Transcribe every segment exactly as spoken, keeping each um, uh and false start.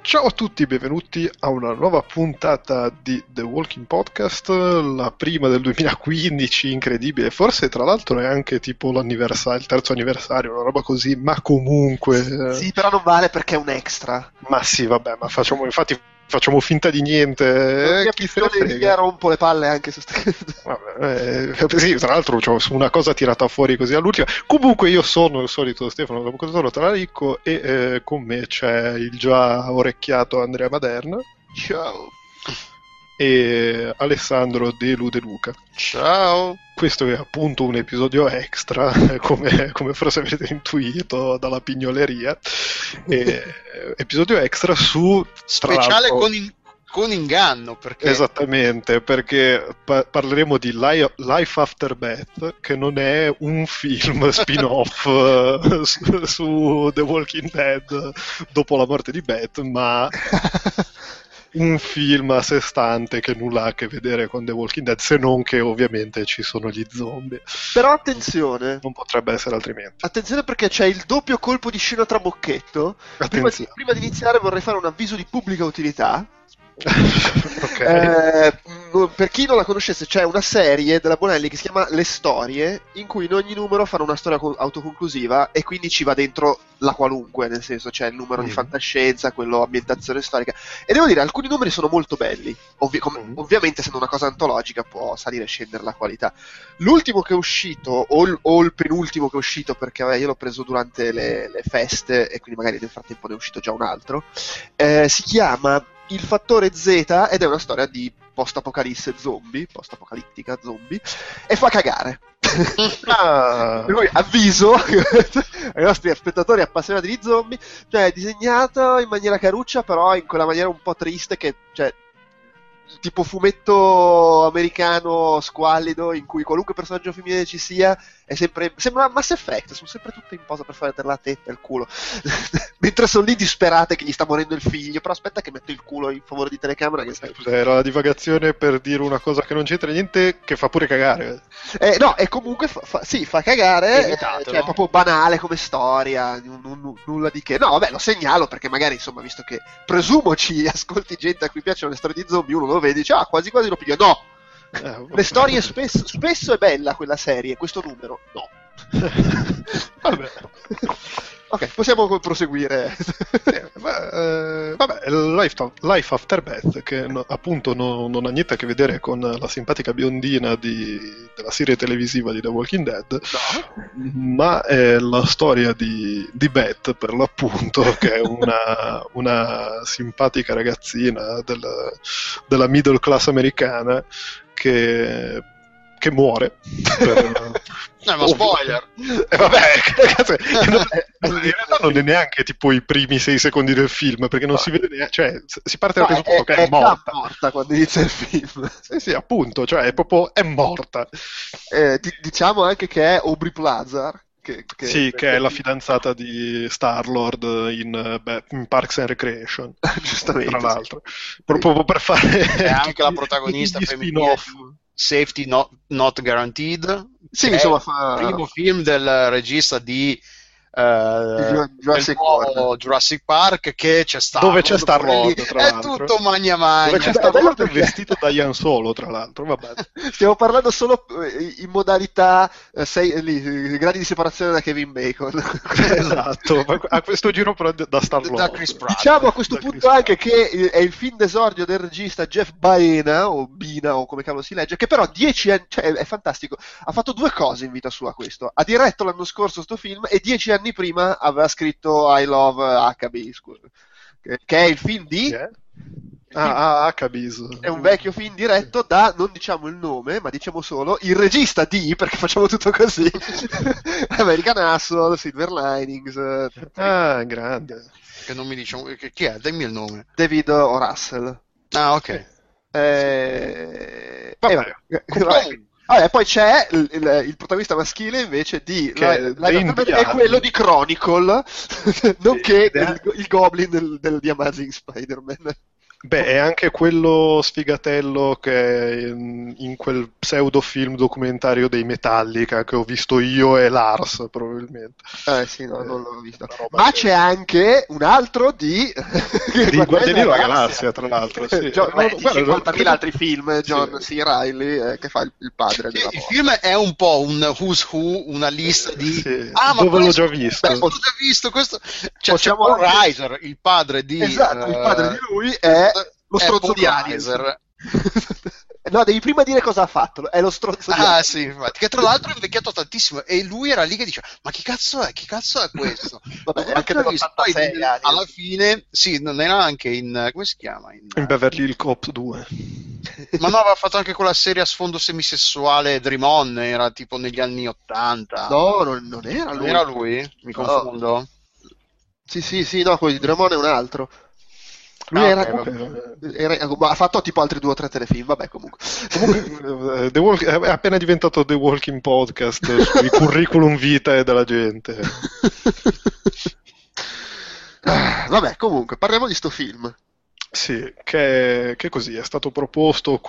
Ciao a tutti, benvenuti a una nuova puntata di The Walking Podcast, la prima del duemilaquindici, incredibile, forse tra l'altro è anche tipo l'anniversario, il terzo anniversario, una roba così, ma comunque... Sì, però non vale perché è un extra. Ma sì, vabbè, ma facciamo, infatti facciamo finta di niente, eh, chi se ne frega. Rompo le palle anche su ste... Vabbè, eh, sì, tra l'altro c'ho su una cosa tirata fuori così all'ultima. Comunque io sono il solito Stefano Nabucodonosor Talaricco e eh, con me c'è il già orecchiato Andrea Maderna. Ciao. E Alessandro De Lude Luca. Ciao. Questo è appunto un episodio extra, come, come forse avete intuito dalla pignoleria. E, episodio extra su... Speciale con, in, con inganno. Perché... Esattamente, perché pa- parleremo di Li- Life After Beth, che non è un film spin-off uh, su, su The Walking Dead dopo la morte di Beth, ma... un film a sé stante che nulla ha a che vedere con The Walking Dead, se non che ovviamente ci sono gli zombie. Però attenzione, non potrebbe essere altrimenti. Attenzione, perché c'è il doppio colpo di scena trabocchetto. Prima di, prima di iniziare vorrei fare un avviso di pubblica utilità. Okay. Eh, per chi non la conoscesse, c'è una serie della Bonelli che si chiama Le Storie, in cui in ogni numero fanno una storia co- autoconclusiva e quindi ci va dentro la qualunque, nel senso c'è il numero mm. di fantascienza, quello ambientazione storica, e devo dire alcuni numeri sono molto belli. Ovvi- com- mm. Ovviamente essendo una cosa antologica può salire e scendere la qualità. L'ultimo che è uscito o il, o il penultimo che è uscito, perché vabbè, io l'ho preso durante le, le feste e quindi magari nel frattempo ne è uscito già un altro, eh, si chiama Il Fattore Z ed è una storia di post-apocalisse zombie, post-apocalittica zombie, e fa cagare. Ah. Per cui avviso ai nostri spettatori appassionati di zombie, cioè è disegnato in maniera caruccia, però in quella maniera un po' triste che, cioè, tipo fumetto americano squallido in cui qualunque personaggio femminile ci sia è sempre, sembra Mass Effect, sono sempre tutte in posa per fare per la tetta e il culo mentre sono lì disperate che gli sta morendo il figlio, però aspetta che metto il culo in favore di telecamera che stai... Scusa, era la divagazione per dire una cosa che non c'entra niente, che fa pure cagare. Eh, no, e comunque fa, fa, sì, fa cagare, eh, cioè è proprio banale come storia, n- n- nulla di che. No, vabbè, lo segnalo perché magari, insomma, visto che presumo ci ascolti gente a cui piacciono le storie di zombie, uno lo vede e dice, ah, quasi quasi lo piglio. No! Eh, le storie spesso, spesso è bella quella serie, questo numero no. Vabbè. Ok, possiamo proseguire. eh, ma, eh, vabbè, Life, Life After Beth, che no, appunto no, non ha niente a che vedere con la simpatica biondina di, della serie televisiva di The Walking Dead, no. Ma è la storia di, di Beth, per l'appunto, che è una, una simpatica ragazzina del, della middle class americana che... che muore per... no, ma spoiler. E eh, vabbè, cazzo, non, in realtà non è neanche tipo i primi sei secondi del film, perché non no. si vede neanche, cioè si parte dal no, presupposto che è, è morta. È morta quando inizia il film. Sì, sì, appunto, cioè è proprio è morta. Eh, d- diciamo anche che è Aubrey Plaza. Che, che, sì, che è la fidanzata di Star-Lord in, beh, in Parks and Recreation. Giustamente. Tra l'altro. Sì. Proprio per fare... È anche la protagonista femminile. Safety not, not Guaranteed. Sì, insomma, fa... il primo film del regista di uh, Jurassic, Jurassic Park, che c'è Star dove c'è Star-Lord, tra è l'altro. tutto magna magna. Dove c'è Star-Lord è vestito da Ian Solo, tra l'altro. Vabbè. Stiamo parlando solo in modalità eh, sei, lì, gradi di separazione da Kevin Bacon. Esatto, a questo giro però da Star-Lord. Da Chris Pratt. Diciamo a questo da punto anche che è il film d'esordio del regista Jeff Baena o Bina o come cavolo si legge, che però dieci anni, cioè è fantastico, ha fatto due cose in vita sua questo, ha diretto l'anno scorso sto film e dieci anni prima aveva scritto I Love Huckabee, che, che è il film di... Yeah. Ah, ah, Huckabees. È un vecchio film diretto da, non diciamo il nome, ma diciamo solo il regista di, perché facciamo tutto così, American Hustle, Silver Linings. Ah, grande. Che non mi dice, che, chi è? Dammi il nome. David O. Russell. Ah, ok. Eh... Vabbè. Eh, vabbè. Vabbè, poi c'è il, il, il protagonista maschile invece di che la, la, la, è quello di Chronicle, nonché il, il Goblin del, del, di Amazing Spider-Man. Beh, è anche quello sfigatello che è in, in quel pseudo film documentario dei Metallica che ho visto io e Lars, probabilmente. Eh sì, no, non l'ho visto. Una roba Ma che- c'è anche un altro di... di Guardiani della Galassia, tra l'altro. Sì. John, beh, No, di guarda, cinquantamila altri film, sì. John C. Reilly, eh, che fa il, il padre Sì, della il morte. film è un po' un who's who, una lista di Sì. ah, ma Dove l'ho questo- già visto? Beh, l'ho già visto questo. Cioè, Possiamo c'è Paul anche- Reiser, il padre di Esatto, il padre eh, di lui è lo è stronzo Paul di Aliens. Reiser. No, devi prima dire cosa ha fatto. È lo stronzo di Ah, Aliens. sì, infatti, che tra l'altro è invecchiato tantissimo e lui era lì che diceva ma chi cazzo è? Chi cazzo è questo? Vabbè, Non anche l'ho già visto. Poi dell'ottantasei anni. alla fine, sì, non era anche in come si chiama? In, In Beverly Hills Cop due. ma no, aveva fatto anche quella serie a sfondo semisessuale Dream On, era tipo negli anni ottanta. No, non, non era Non lui. era lui? Mi No. confondo? Sì, sì, sì, no, quello di Dramon è un altro. Lui Ah, era, ok, era- ha fatto tipo altri due o tre telefilm, vabbè, comunque. Comunque, eh, The Walk- è appena diventato The Walking Podcast sui curriculum vitae della gente. Ah, vabbè, comunque, parliamo di sto film. Sì, che, che così è stato proposto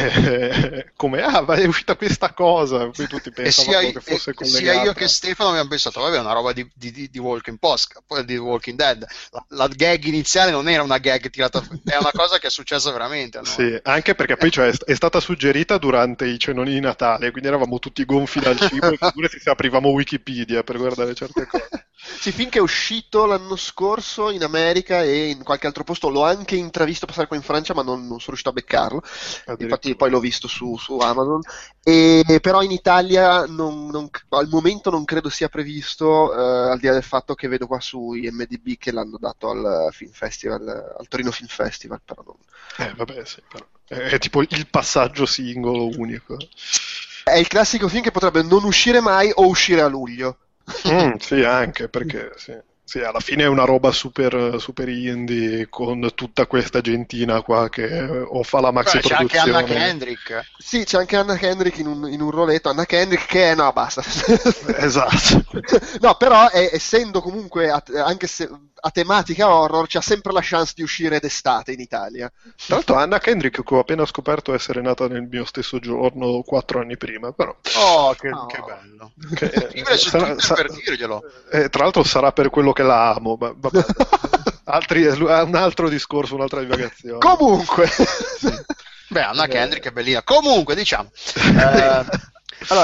come, come ah, ma è uscita questa cosa, poi tutti E sia, pensavano che fosse e- sia collegata. io che Stefano abbiamo pensato, vabbè, è una roba di, di, di- di Walking Post, poi di Walking Dead. La, la gag iniziale non era una gag tirata fuori, è una cosa che è successa veramente a noi. Sì, anche perché poi cioè, è stata suggerita durante i cenoni di Natale, quindi eravamo tutti gonfi dal cibo e figurati se aprivamo Wikipedia per guardare certe cose. Sì, finché è uscito l'anno scorso in America e in qualche altro posto, l'ho anche intravisto passare qua in Francia, ma non, non sono riuscito a beccarlo. Infatti poi l'ho visto su, su Amazon. E, però in Italia non- non- al momento non credo sia previsto, eh, al di là del fatto che vedo qua su I M D B che l'hanno dato al Film Festival, al Torino Film Festival, però non... Eh, vabbè, sì, però. È, è tipo il passaggio singolo unico. È il classico film che potrebbe non uscire mai o uscire a luglio. Mm, sì, anche perché sì. Sì, alla fine è una roba super, super indie con tutta questa gentina qua che o fa la maxi Beh, c'è anche Anna produzione. Kendrick. Sì, c'è anche Anna Kendrick in un, in un roletto. Anna Kendrick che è... No, basta. Esatto. No, però è- essendo comunque a, anche se a tematica horror, c'ha sempre la chance di uscire d'estate in Italia. Tra l'altro Anna Kendrick che ho appena scoperto essere nata nel mio stesso giorno quattro anni prima, però Oh, che, Oh. che bello. che, Scrivere su sarà- Twitter sa- per dirglielo. eh, tra l'altro sarà per quello che la amo, ma vabbè. Altri, è un altro discorso, un'altra divagazione. Comunque, Beh, Anna Eh. Kendrick è bellina. Comunque, diciamo, eh, allora,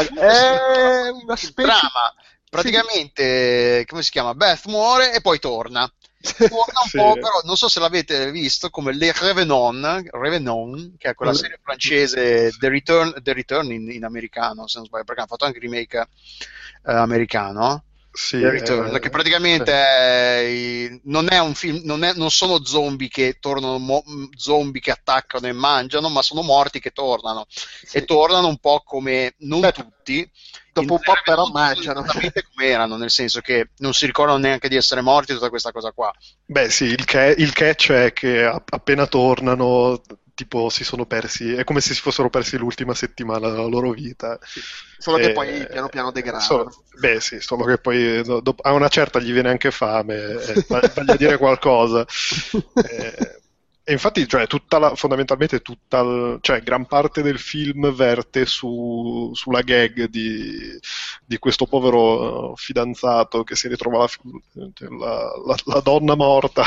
è una specie... trama, praticamente, come si chiama? Beth muore e poi torna. Torna un Sì. po', però non so se l'avete visto, come Le Revenant, Revenant, che è quella Le- serie francese The Return, The Return in, in americano, se non sbaglio, perché hanno fatto anche il remake eh, americano. Sì, The Return, eh, che praticamente è i- non è un film, non, è- non sono zombie che tornano, mo- zombie che attaccano e mangiano, ma sono morti che tornano. Sì. E tornano un po' come, non Beh, tutti, dopo in un po' Revenant però sono mangiano. esattamente come erano, nel senso che non si ricordano neanche di essere morti, tutta questa cosa qua. Beh, sì, il, ca- il catch è che a- appena tornano, tipo, si sono persi, è come se si fossero persi l'ultima settimana della loro vita. Solo che Eh, poi piano piano degradano. solo- beh, sì, solo che poi do- do- a una certa gli viene anche fame, eh, va- voglia a dire qualcosa. Eh, e infatti, cioè, tutta la- fondamentalmente tutta il- cioè, gran parte del film verte su- sulla gag di, di questo povero eh, fidanzato che si ritrova la, fi- la- la- la donna morta.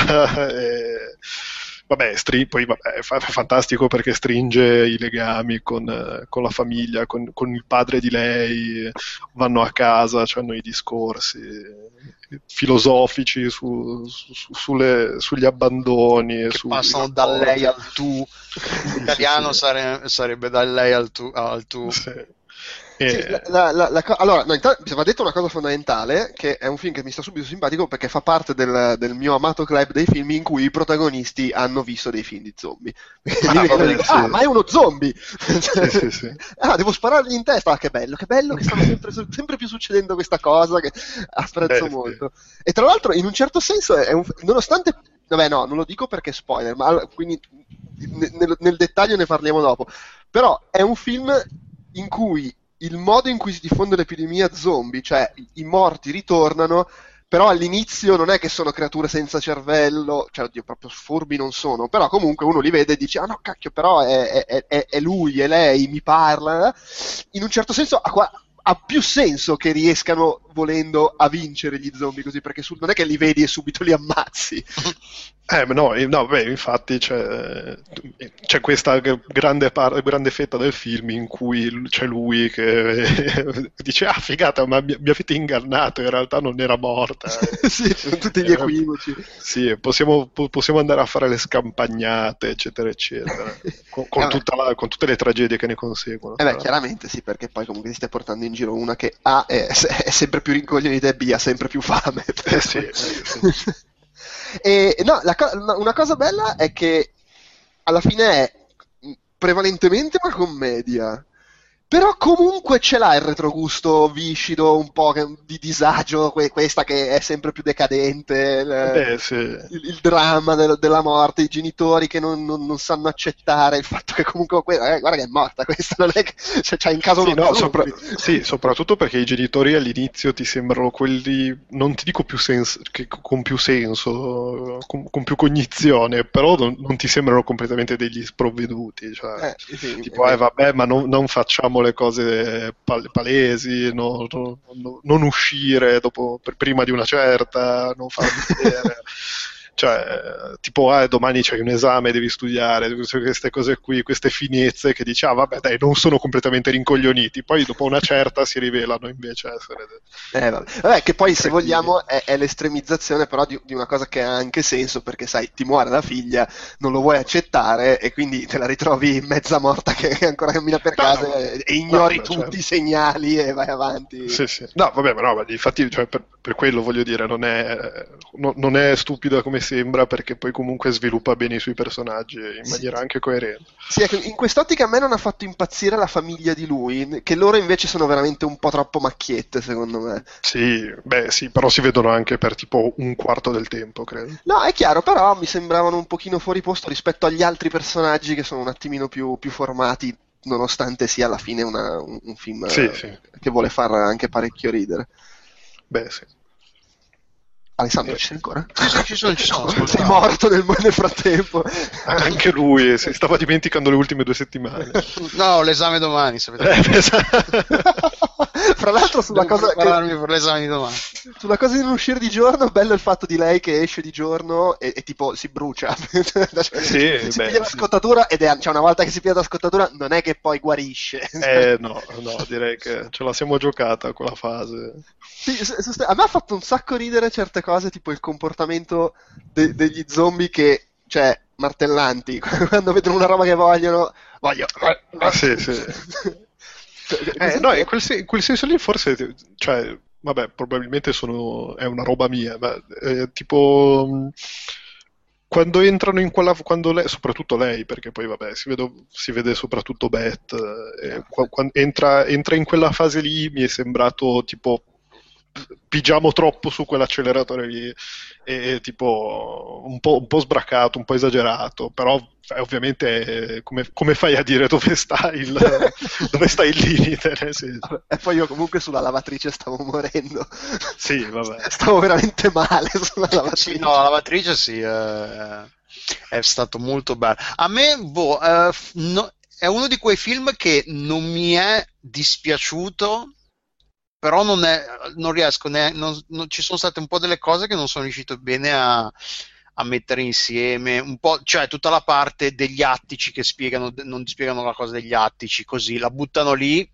e, vabbè, stri- poi vabbè, è fa- fantastico perché stringe i legami con, eh, con la famiglia, con, con il padre di lei, vanno a casa, hanno i discorsi filosofici su- su- su- sulle- sugli abbandoni. e Che sui passano da lei al tu. In italiano Sì, sì. sare- sarebbe da lei al tu. Al tu. Sì. Sì, E- la- la- la- la co- allora, no, intanto mi va detto una cosa fondamentale, che è un film che mi sta subito simpatico perché fa parte del, del mio amato club dei film in cui i protagonisti hanno visto dei film di zombie. Ah, Li vedo e vabbè, dico, sì. ah, ma è uno zombie! Sì, sì, sì. Ah, devo sparargli in testa, ah, che bello, che bello che stanno sempre, su- sempre più succedendo questa cosa che apprezzo Beh, sì. molto. E tra l'altro, in un certo senso, è un, nonostante, vabbè no, non lo dico perché è spoiler, ma all- quindi ne- nel, nel dettaglio ne parliamo dopo, però è un film in cui il modo in cui si diffonde l'epidemia zombie, cioè i- i morti ritornano, però all'inizio non è che sono creature senza cervello, cioè oddio, proprio furbi non sono, però comunque uno li vede e dice, ah no cacchio, però è, è, è, è lui, è lei, mi parla, in un certo senso ha, qua, ha più senso che riescano volendo a vincere gli zombie così, perché su, non è che li vedi e subito li ammazzi. Eh, no, no, beh, infatti c'è, c'è questa grande, par- grande fetta del film in cui c'è lui che dice, ah figata, ma mi, mi avete ingannato, in realtà non era morta. Sì, sono tutti gli equivoci. Sì, possiamo, possiamo andare a fare le scampagnate, eccetera, eccetera, con, con, eh tutta la, con tutte le tragedie che ne conseguono. Eh beh, chiaramente sì, perché poi comunque ti stai portando in giro una che A è, è sempre più rincoglionita e B ha sempre più fame. Eh sì, eh sì. E no, la co- una cosa bella è che alla fine è prevalentemente una commedia, però comunque ce l'ha il retrogusto viscido, un po' di disagio, que- questa che è sempre più decadente, il, Beh, sì. il, il dramma del- della morte, i genitori che non, non- non sanno accettare il fatto che comunque que- eh, guarda che è morta questa, non è che cioè, c'ha in casa Sì, uno no, zombie. sopra- sì, soprattutto perché i genitori all'inizio ti sembrano quelli, non ti dico più senso, che, con più senso, con, con più cognizione, però non, non ti sembrano completamente degli sprovveduti. Cioè, Eh, sì, tipo, eh, vabbè, ma non, non facciamo le cose pal- palesi, no- no- no- non uscire dopo, per- prima di una certa, non farlo vedere. Cioè, tipo, ah, domani c'hai un esame, devi studiare, queste cose qui, queste finezze che dici, ah vabbè dai, non sono completamente rincoglioniti, poi dopo una certa si rivelano invece essere... Eh, vabbè. Vabbè, che poi se vogliamo è, è l'estremizzazione però di, di una cosa che ha anche senso, perché sai, ti muore la figlia, non lo vuoi accettare e quindi te la ritrovi mezza morta che, che ancora cammina per No, casa no, e, e ignori no, tutti certo. i segnali e vai avanti. Sì, sì. No, vabbè, ma no, ma infatti cioè, per, per quello voglio dire, non è, no- non è stupida come sembra, perché poi comunque sviluppa bene i suoi personaggi in Sì. maniera anche coerente. Sì, ecco, in quest'ottica a me non ha fatto impazzire la famiglia di lui, che loro invece sono veramente un po' troppo macchiette, secondo me. Sì, beh sì, però si vedono anche per tipo un quarto del tempo, credo. No, è chiaro, però mi sembravano un pochino fuori posto rispetto agli altri personaggi che sono un attimino più, più formati, nonostante sia alla fine una- un, un film Sì, eh, sì. che vuole far anche parecchio ridere. Beh sì. Alessandro, Eh. ci sei ancora? Sì, sì, ci sono, ci sono. Sei ascoltavo. morto nel, nel frattempo. Anche lui si stava dimenticando le ultime due settimane. No, ho l'esame domani, sapete. Eh, esatto. Fra l'altro sulla Devo cosa, che, prepararmi per l'esame di domani. sulla cosa di non uscire di giorno, bello il fatto di lei che esce di giorno e, e tipo si brucia. Sì, si beh, piglia la sì. scottatura ed è, cioè una volta che si piglia la scottatura non è che poi guarisce. Eh, no, no, direi che ce la siamo giocata quella fase. Sì, s- s- a me ha fatto un sacco ridere certe cose, tipo il comportamento de- degli zombie che, cioè, martellanti, quando vedono una roba che vogliono, voglio... Ah, sì, sì. Eh, no, in quel, se- in quel senso lì forse, cioè, vabbè, probabilmente sono, è una roba mia, ma eh, tipo mh, quando entrano in quella, quando lei, soprattutto lei, perché poi vabbè, si vede, si vede soprattutto Beth, eh, qua- quan- entra, entra in quella fase lì, mi è sembrato tipo pigiamo troppo su quell'acceleratore lì e tipo un po', un po' sbracato, un po' esagerato, però eh, ovviamente eh, come, come fai a dire dove sta il, dove sta il limite? Nel senso. E poi io comunque sulla lavatrice stavo morendo. Sì, vabbè. Stavo veramente male sulla lavatrice. Sì, no, la lavatrice sì, eh, è stato molto bello. A me, boh, eh, f- no- è uno di quei film che non mi è dispiaciuto, però non, è, non riesco, ne- non- non- ci sono state un po' delle cose che non sono riuscito bene a, a mettere insieme, un po', cioè tutta la parte degli attici che spiegano, non spiegano la cosa degli attici, così la buttano lì.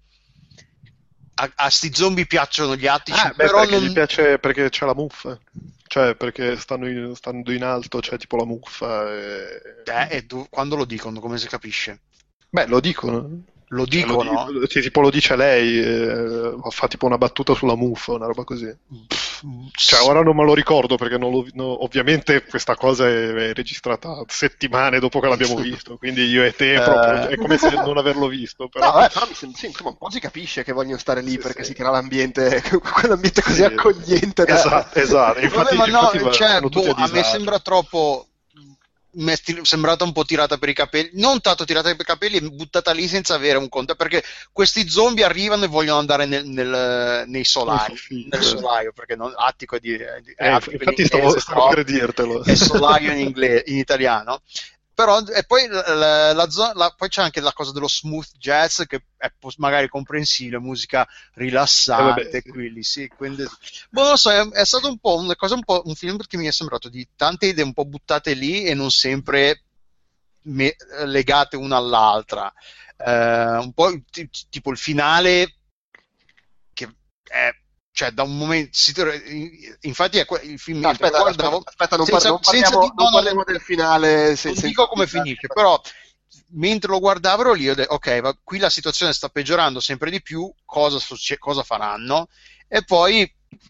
A, a sti zombie piacciono gli attici, Ah, beh, però perché non... gli piace perché c'è la muffa, cioè perché stanno in, stando in alto, c'è tipo la muffa e... Eh, e du- quando lo dicono, come si capisce? Beh, lo dicono. Lo Cioè, lo dicono? di- sì, tipo lo dice lei, eh, fa tipo una battuta sulla muffa, una roba così. Cioè, ora non me lo ricordo perché non lo- no, ovviamente questa cosa è, è registrata settimane dopo che l'abbiamo visto, quindi io e te proprio, è come se non averlo visto. Però... No, vabbè, però mi sembra, sì, insomma, un po' si capisce che vogliono stare lì Sì, perché sì. si crea l'ambiente, quell'ambiente così Sì. accogliente. da- Esatto, esatto. Infatti, Vabbè, ma no, infatti cioè, vanno tutti boh, a a me disagio. sembra troppo mi è sti- sembrata un po' tirata per i capelli, non tanto tirata per i capelli, è buttata lì senza avere un conto, perché questi zombie arrivano e vogliono andare nel, nel- nei solai, nel solaio, perché non, attico è, di, è, di- è Eh, attico in infatti stavo, inglese, stavo però per dirtelo. è solaio in, inglese, in italiano. Però e poi, la, la, zo- la- poi c'è anche la cosa dello smooth jazz, che è pos- magari comprensibile, musica rilassante, Eh, vabbè, sì. quindi sì, quindi boh, non lo so, è, è stato un po' una cosa, un po' un film che mi è sembrato di tante idee un po' buttate lì e non sempre me- legate una all'altra. Eh, un po' t- tipo il finale che è, cioè da un momento si tro- infatti è que- il film No, mentre lo aspetta, guardavo aspetta, aspetta, non, par- senza, non senza parliamo, di- non no, no, parliamo no, del finale. Se, non senza dico come dire- finisce, però mentre lo guardavo ero lì, ho detto, ok, va- qui la situazione sta peggiorando sempre di più, cosa, succe- cosa faranno? E poi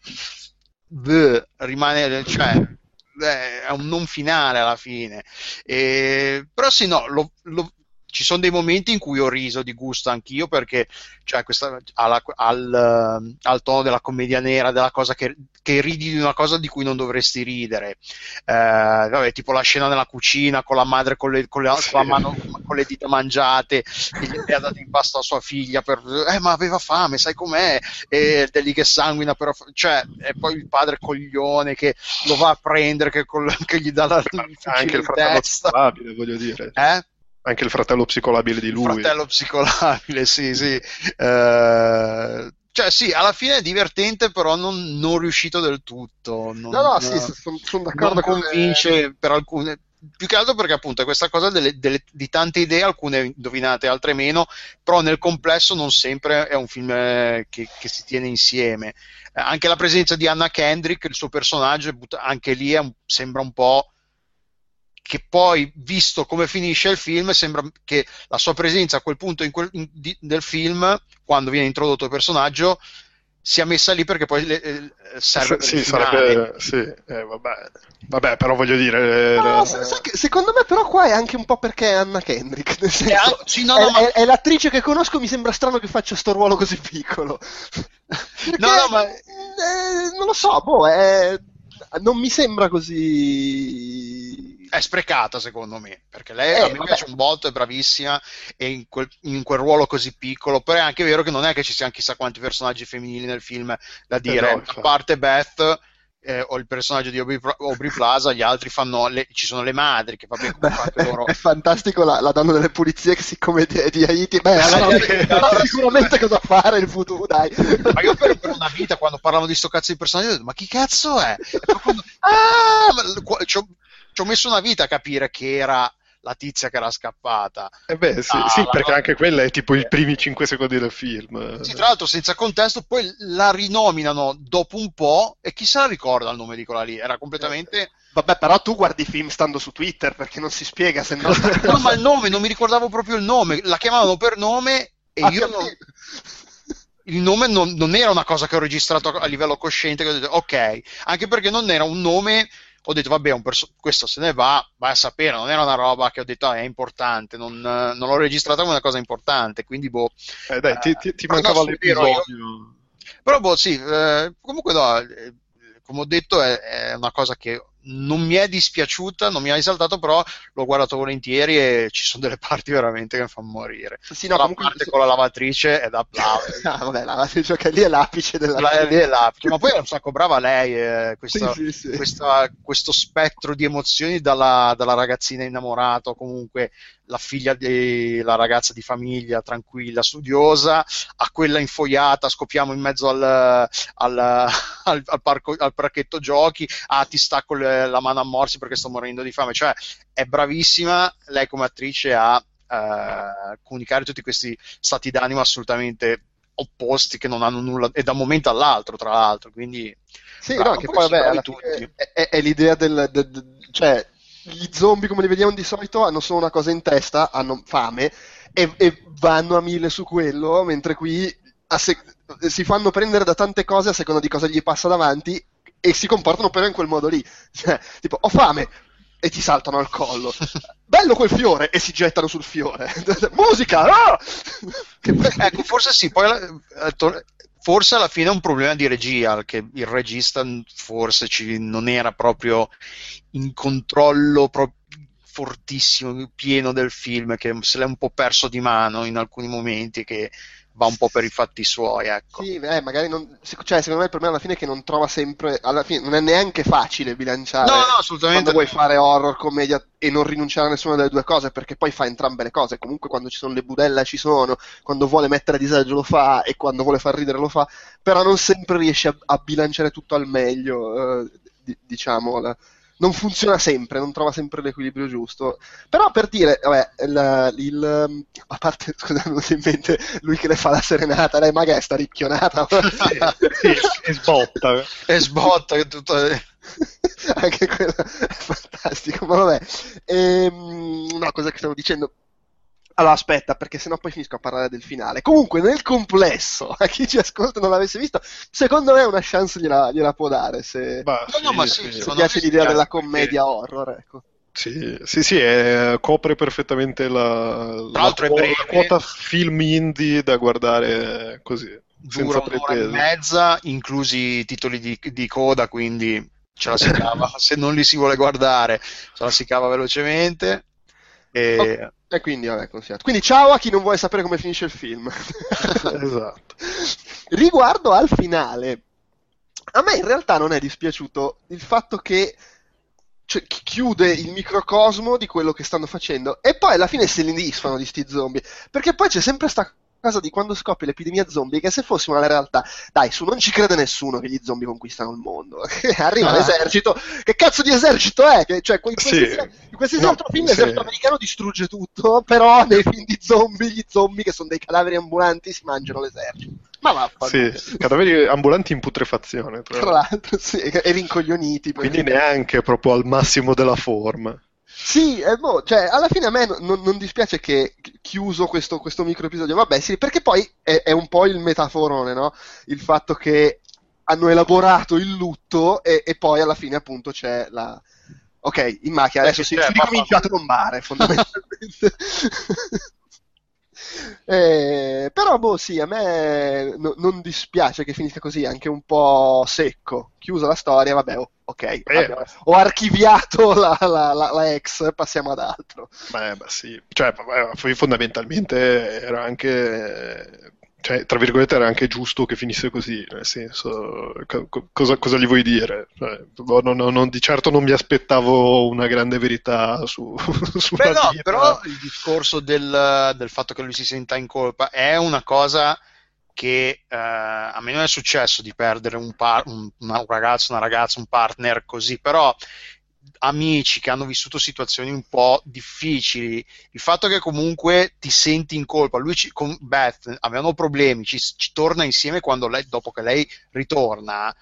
bleh, rimane, cioè, eh, è un non finale alla fine. E, però sì, no, lo- lo- ci sono dei momenti in cui ho riso di gusto anch'io, perché cioè, questa, alla- al, eh, al tono della commedia nera, della cosa che, che ridi di una cosa di cui non dovresti ridere. Eh, vabbè, tipo la scena nella cucina con la madre con le, con le- con la mano, con le dita mangiate, che gli ha dato in pasto a sua figlia per, eh, ma aveva fame, sai com'è? E è lì che sanguina, però, cioè, e poi il padre coglione che lo va a prendere, che, col- che gli dà la, il Anche fucile il in fratello testa. psicolabile, voglio dire. Eh? Anche il fratello psicolabile di Il lui. fratello psicolabile, sì, sì. Eh, cioè, sì, alla fine è divertente, però non, non riuscito del tutto. Non, No, no, sì, sono son d'accordo non con convince per alcune. Più che altro perché appunto è questa cosa delle- delle- di tante idee, alcune indovinate, altre meno, però nel complesso non sempre è un film eh, che, che si tiene insieme. Eh, anche la presenza di Anna Kendrick, il suo personaggio, è but- anche lì è un- sembra un po' che poi, visto come finisce il film, sembra che la sua presenza a quel punto in quel, in, di, del film, quando viene introdotto il personaggio, sia messa lì perché poi le, eh, serve Sì, per il sì, finale. sarebbe. Sì, eh, vabbè. Vabbè, però voglio dire. No, era- sai che secondo me però qua è anche un po' perché è Anna Kendrick, nel senso, anche- sì, no, è, no, ma- è- è l'attrice che conosco, mi sembra strano che faccia sto ruolo così piccolo. Perché, No, no, ma- eh, non lo so, boh, è- non mi sembra così. È sprecata secondo me, perché lei Eh, a me vabbè. piace un botto, è bravissima e in quel, in quel ruolo così piccolo, però è anche vero che non è che ci siano chissà quanti personaggi femminili nel film da dire, no, a infatti. parte Beth eh, o il personaggio di Aubrey, Aubrey Plaza, gli altri fanno, le, ci sono le madri che vabbè, Beh, anche è, loro. è fantastico la, la donna delle pulizie che siccome è di Haiti, beh, allora sa sicuramente cosa fare il futuro, dai. Ma io per, per una vita quando parlavo di sto cazzo di personaggio ho detto, ma chi cazzo è? E poi quando- ah, ma- qua- ci ho, ci ho messo una vita a capire che era la tizia che era scappata. Eh beh, sì, Ah, sì, la- perché anche quella è tipo i primi cinque secondi del film. Sì, tra l'altro senza contesto, poi la rinominano dopo un po' e chi se la ricorda il nome di quella lì? Era completamente... Vabbè, però tu guardi i film stando su Twitter perché non si spiega se no. No, ma il nome, non mi ricordavo proprio il nome, la chiamavano per nome e Ah, io non... capito. Il nome non, non era una cosa che ho registrato a livello cosciente, che ho detto ok, anche perché non era un nome, ho detto vabbè, un perso- questo se ne va, vai a sapere, non era una roba che ho detto ah, è importante, non, non l'ho registrata come una cosa importante, quindi boh. Eh, dai, ti, ti- ti Eh, mancava no, sì, è vero, l'episodio. io- Però boh, sì, eh, comunque no, eh, come ho detto è, è una cosa che non mi è dispiaciuta, non mi ha esaltato, però l'ho guardato volentieri e ci sono delle parti veramente che mi fanno morire. Sì, no, la comunque- parte con la lavatrice è da applaudere. Ah, vabbè, la lavatrice che lì è l'apice della La- lì è l'apice. Ma poi è un sacco brava lei, eh, questa- Sì, sì, sì. questa- questo spettro di emozioni dalla, dalla ragazzina innamorata, o comunque la figlia della ragazza di famiglia, tranquilla, studiosa, a quella infoiata, scopriamo in mezzo al, al, al, al parco- al parchetto giochi, ah ti stacco le- la mano a morsi perché sto morendo di fame, cioè è bravissima lei come attrice a eh, comunicare tutti questi stati d'animo assolutamente opposti che non hanno nulla, e da un momento all'altro tra l'altro, quindi Sì, bravo, no, che poi poi sì, vabbè, bravi alla tutti. fine è, è- è l'idea del, del- del- cioè, gli zombie come li vediamo di solito hanno solo una cosa in testa, hanno fame e, e vanno a mille su quello, mentre qui a se- si fanno prendere da tante cose a seconda di cosa gli passa davanti e si comportano però in quel modo lì, cioè, tipo, ho fame e ti saltano al collo, bello quel fiore e si gettano sul fiore, musica, ah! Che bello. Ecco, forse sì, poi eh, to- forse alla fine è un problema di regia, che il regista forse ci- non era proprio in controllo pro- fortissimo, pieno del film, che se l'è un po' perso di mano in alcuni momenti, che va un po' per i fatti suoi, ecco. Sì, eh, magari non, cioè, secondo me il problema alla fine è che non trova sempre, alla fine non è neanche facile bilanciare No, no, assolutamente. quando vuoi fare horror, commedia e non rinunciare a nessuna delle due cose, perché poi fa entrambe le cose. Comunque quando ci sono le budella ci sono, quando vuole mettere a disagio lo fa e quando vuole far ridere lo fa, però non sempre riesce a, a bilanciare tutto al meglio, eh, di- diciamo, la- non funziona sempre, non trova sempre l'equilibrio giusto. Però per dire, vabbè, il, il- a parte, scusa, mi è venuto in mente lui che le fa la serenata, lei magari sta ricchionata. Sì, e sbotta. E sbotta che tutto... Anche quello è fantastico, ma vabbè. Ehm, no, cosa che stavo dicendo? Allora, aspetta, perché sennò poi finisco a parlare del finale. Comunque, nel complesso, a chi ci ascolta e non l'avesse visto, secondo me una chance gliela, gliela può dare, se, Bah, No, no, sì, ma sì. sì, se secondo piace me l'idea sì, della anche perché- commedia horror, ecco. Sì, sì, sì, è- copre perfettamente la, la, l'altro è quo- breve. la quota film indie da guardare così, Dura senza un'ora e pretese. mezza, inclusi i titoli di, di coda, quindi ce la si cava. Se non li si vuole guardare, ce la si cava velocemente. E... E quindi, vabbè, consigliato. Quindi, ciao a chi non vuole sapere come finisce il film. Esatto. Riguardo al finale, a me in realtà non è dispiaciuto il fatto che, cioè, chi- chiude il microcosmo di quello che stanno facendo e poi alla fine se li disfano di sti zombie, perché poi c'è sempre sta cosa di quando scoppia l'epidemia zombie, che se fossimo nella realtà, dai, su, non ci crede nessuno che gli zombie conquistano il mondo. Arriva Ah. l'esercito, che cazzo di esercito è? Che, cioè, in Sì. qualsiasi, in qualsiasi No, altro film sì. l'esercito americano distrugge tutto, però nei film di zombie, gli zombie che sono dei cadaveri ambulanti si mangiano l'esercito. Ma vaffanculo. Sì, cadaveri ambulanti in putrefazione, tra Tra l'altro. l'altro, sì, e rincoglioniti. Quindi neanche proprio al massimo della forma. Sì, eh, boh, cioè, alla fine a me non, non- non dispiace che chi- chiuso questo, questo micro episodio, vabbè, sì, perché poi è, è un po' il metaforone, no? Il fatto che hanno elaborato il lutto e, e poi alla fine appunto c'è la... Ok, in macchina, adesso si, Perché si c'è, ma- ricomincia a trombare, fondamentalmente. Eh, però, boh, sì, a me no- non dispiace che finisca così, anche un po' secco. Chiusa la storia, vabbè, oh, ok, abbiamo- ho archiviato la, la- la- la ex, passiamo ad altro. Beh, beh, sì. Cioè, vabbè, poi fondamentalmente era anche, cioè, tra virgolette, era anche giusto che finisse così, nel senso, co- co- cosa, cosa gli vuoi dire? Cioè, boh, non- non- non- di certo non mi aspettavo una grande verità su, sulla Beh, no, vita. però il discorso del, del fatto che lui si senta in colpa è una cosa che eh, a me non è successo di perdere un, par- un, un ragazzo, una ragazza, un partner così, però amici che hanno vissuto situazioni un po' difficili, il fatto che comunque ti senti in colpa, lui ci- con Beth avevano problemi, ci, ci torna insieme quando lei, dopo che lei ritorna,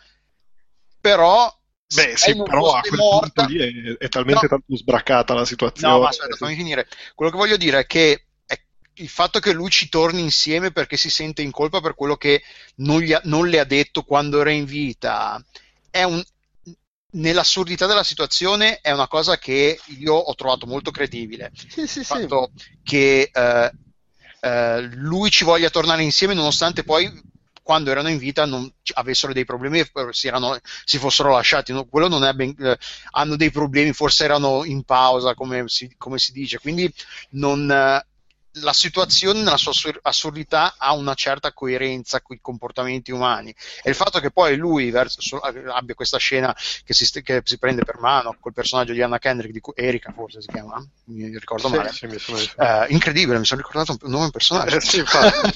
però Beh, se sì, lei non però a fosse quel morta, punto lì è, è talmente No. tanto sbracata la situazione. no, ma aspetta, fammi finire. Quello che voglio dire è che è il fatto che lui ci torni insieme perché si sente in colpa per quello che non, gli ha- non le ha detto quando era in vita è un, nell'assurdità della situazione è una cosa che io ho trovato molto credibile. Sì, sì, Il sì. fatto che eh, eh, lui ci voglia tornare insieme nonostante poi quando erano in vita non ci- avessero dei problemi e si, erano- si fossero lasciati. No, quello non è ben, eh, hanno dei problemi, forse erano in pausa, come si, come si dice. Quindi non, eh, la situazione nella sua assur- assurdità ha una certa coerenza con i comportamenti umani. E il fatto che poi lui verso- so- abbia questa scena che si, st- che si prende per mano col personaggio di Anna Kendrick, di cui- Erika forse si chiama, mi ricordo Sì, male. Sì, mi sembra di sì. Eh, incredibile, mi sono ricordato un nome e un personaggio. Eh, sì, infatti.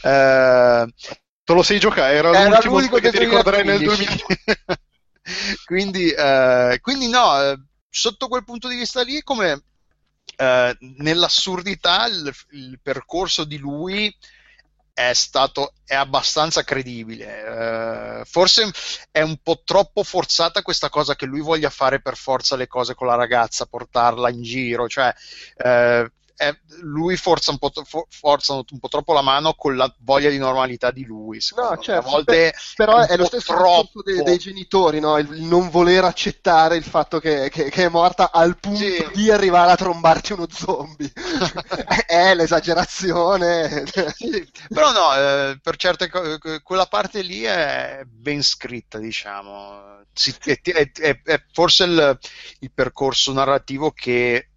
Eh, Te lo sei giocato, era, era l'ultimo l'unico che ti del ricorderai nel duemilaquindici. duemila. quindi, eh, quindi no, eh, sotto quel punto di vista lì, come eh, nell'assurdità il, il percorso di lui è stato è abbastanza credibile. Eh, forse è un po' troppo forzata questa cosa che lui voglia fare per forza le cose con la ragazza, portarla in giro, cioè eh, è- lui forza un po', to- for- forza un po' troppo la mano con la voglia di normalità di lui, secondo No, me. certo, A volte però un è lo po' stesso troppo. discorso dei, dei genitori, no? Il, il non voler accettare il fatto che, che- che è morta al punto Sì. di arrivare a trombarti uno zombie. è, è l'esagerazione. Sì, però no, eh, per certe cose quella parte lì è ben scritta, diciamo. Si- è, è- è- è forse il, il percorso narrativo che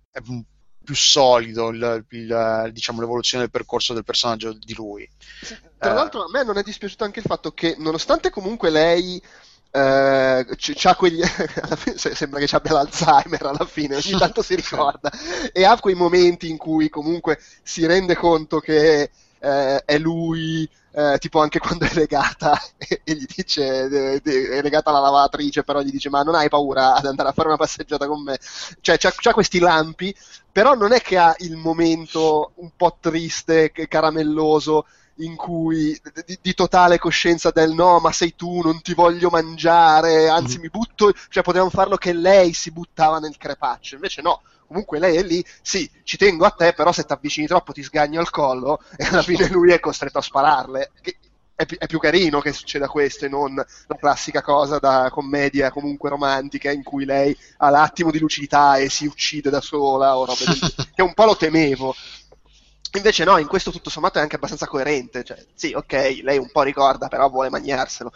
è più solido il, il, diciamo, l'evoluzione del percorso del personaggio di lui. Tra eh. l'altro a me non è dispiaciuto anche il fatto che, nonostante comunque lei eh, c- c'ha quegli alla fine sembra che abbia l'Alzheimer alla fine, ogni tanto si ricorda e ha quei momenti in cui comunque si rende conto che eh, è lui, eh, tipo anche quando è legata e, e gli dice de, de, è legata alla lavatrice, però gli dice ma non hai paura ad andare a fare una passeggiata con me, cioè c'ha, c'ha questi lampi, però non è che ha il momento un po' triste, caramelloso in cui di, di totale coscienza del no, ma sei tu, non ti voglio mangiare, anzi mi butto, cioè potevamo farlo che lei si buttava nel crepaccio, invece no, comunque lei è lì, sì, ci tengo a te, però se ti avvicini troppo ti sgagno al collo e alla fine lui è costretto a spararle. Che è, pi- è più carino che succeda questo e non la classica cosa da commedia comunque romantica in cui lei ha l'attimo di lucidità e si uccide da sola o robe del che un po' lo temevo. Invece no, in questo tutto sommato è anche abbastanza coerente, cioè sì, ok, lei un po' ricorda, però vuole mangiarselo.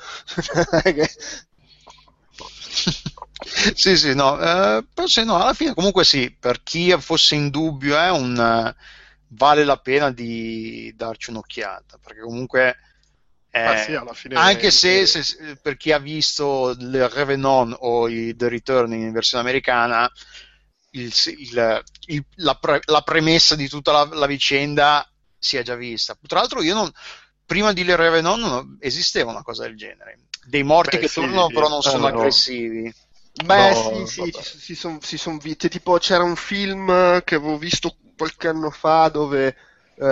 Sì, sì, no, eh, però sì, no, alla fine comunque sì, per chi fosse in dubbio è un uh, vale la pena di darci un'occhiata, perché comunque eh, ah, sì, alla fine anche se, è... se per chi ha visto Le Revenant o i The Return in versione americana, il, il, il, la, pre, la premessa di tutta la, la vicenda si è già vista. Tra l'altro io non, prima di Le Revenant non esisteva una cosa del genere, dei morti Beh, che sì, tornano però non eh, sono no. aggressivi. Beh, No, sì, sì, vabbè. ci- si sono si son viste, tipo c'era un film che avevo visto qualche anno fa dove eh,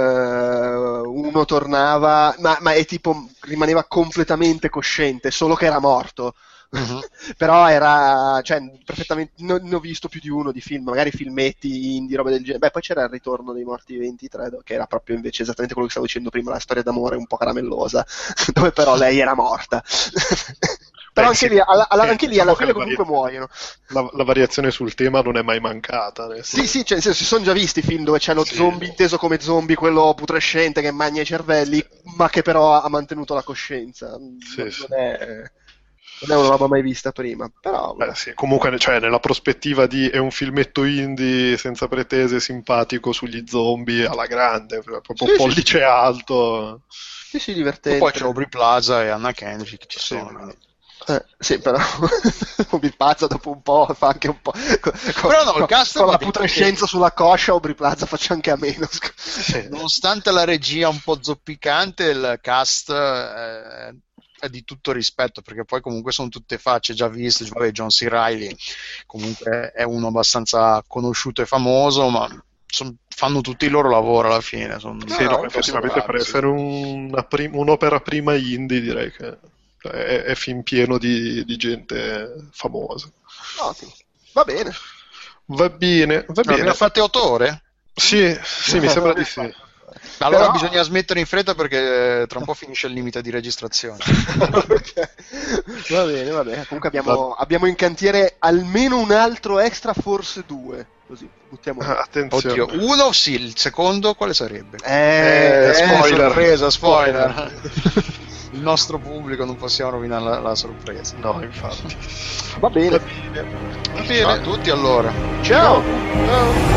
uno tornava, ma, ma è tipo rimaneva completamente cosciente, solo che era morto. Mhm. Però era, cioè, perfettamente, no- ne ho visto più di uno di film, magari filmetti indie, robe del genere. Beh, poi c'era Il ritorno dei morti viventi, credo, che era proprio invece esattamente quello che stavo dicendo prima, la storia d'amore un po' caramellosa, dove però lei era morta. Però Beh, anche, sì, lì, alla, alla- sì, anche lì diciamo alla che fine la comunque varia- muoiono. La, la variazione sul tema non è mai mancata. Nel Sì, senso- sì, cioè, nel senso, si sono già visti film dove c'è lo Sì. zombie inteso come zombie, quello putrescente che mangia i cervelli, ma che però ha mantenuto la coscienza. Sì, non, sì. non è, non è una roba mai vista prima. Però, Beh, sì. Comunque, cioè, nella prospettiva di è un filmetto indie senza pretese, simpatico sugli zombie alla grande, proprio Sì, sì, pollice sì. alto. Sì, sì, E divertente. poi c'è Aubrey Plaza e Anna Kendrick che ci Sì, sono. ma- quindi. Eh, sì, però Aubrey Plaza dopo un po' fa anche un po'. Con, Però no, il con- cast con va la detto putrescenza che- sulla coscia, Aubrey Plaza faccia anche a meno. Sì. Nonostante la regia un po' zoppicante, il cast eh, è di tutto rispetto, perché poi comunque sono tutte facce già viste. Vabbè, John C. Reilly comunque è uno abbastanza conosciuto e famoso, ma son- fanno tutti il loro lavoro alla fine. Son, Sì, no, sono effettivamente bravi, per sì. essere una prim- un'opera prima indie direi che è, è fin pieno di, di gente famosa. Ottimo. Va bene. Va bene, va No, bene. abbiamo fatte otto ore? Sì, sì, mi sembra di sì. Allora Però- bisogna smettere in fretta perché tra un po' finisce il limite di registrazione. Va bene, va bene. Comunque abbiamo, abbiamo in cantiere almeno un altro extra, forse due. Così, buttiamo lì. Ah, attenzione. Oddio, uno sì, il secondo quale sarebbe? Eh, Eh, spoiler. sorpresa, spoiler. Il nostro pubblico non possiamo rovinare la, la sorpresa. No, infatti. Va bene. Va bene. Va Ciao bene. a tutti allora. Ciao. Ciao.